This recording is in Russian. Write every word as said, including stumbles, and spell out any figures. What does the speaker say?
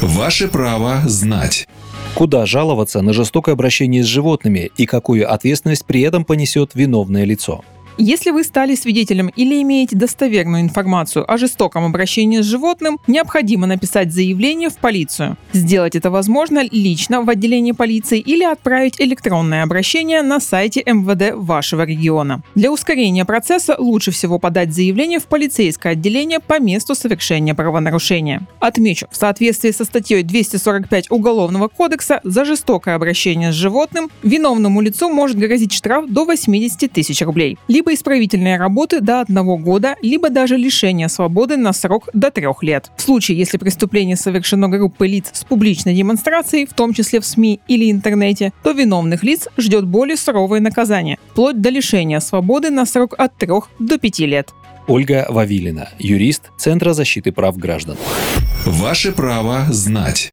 Ваше право знать. Куда жаловаться на жестокое обращение с животными и какую ответственность при этом понесет виновное лицо? Если вы стали свидетелем или имеете достоверную информацию о жестоком обращении с животным, необходимо написать заявление в полицию. Сделать это возможно лично в отделении полиции или отправить электронное обращение на сайте эм вэ дэ вашего региона. Для ускорения процесса лучше всего подать заявление в полицейское отделение по месту совершения правонарушения. Отмечу, в соответствии со статьей двести сорок пять Уголовного кодекса за жестокое обращение с животным виновному лицу может грозить штраф до восемьдесят тысяч рублей. Либо исправительные работы до одного года, либо даже лишение свободы на срок до трех лет. В случае, если преступление совершено группой лиц с публичной демонстрацией, в том числе в СМИ или интернете, то виновных лиц ждет более суровое наказание, вплоть до лишения свободы на срок от трех до пяти лет. Ольга Вавилина, юрист Центра защиты прав граждан. Ваше право знать.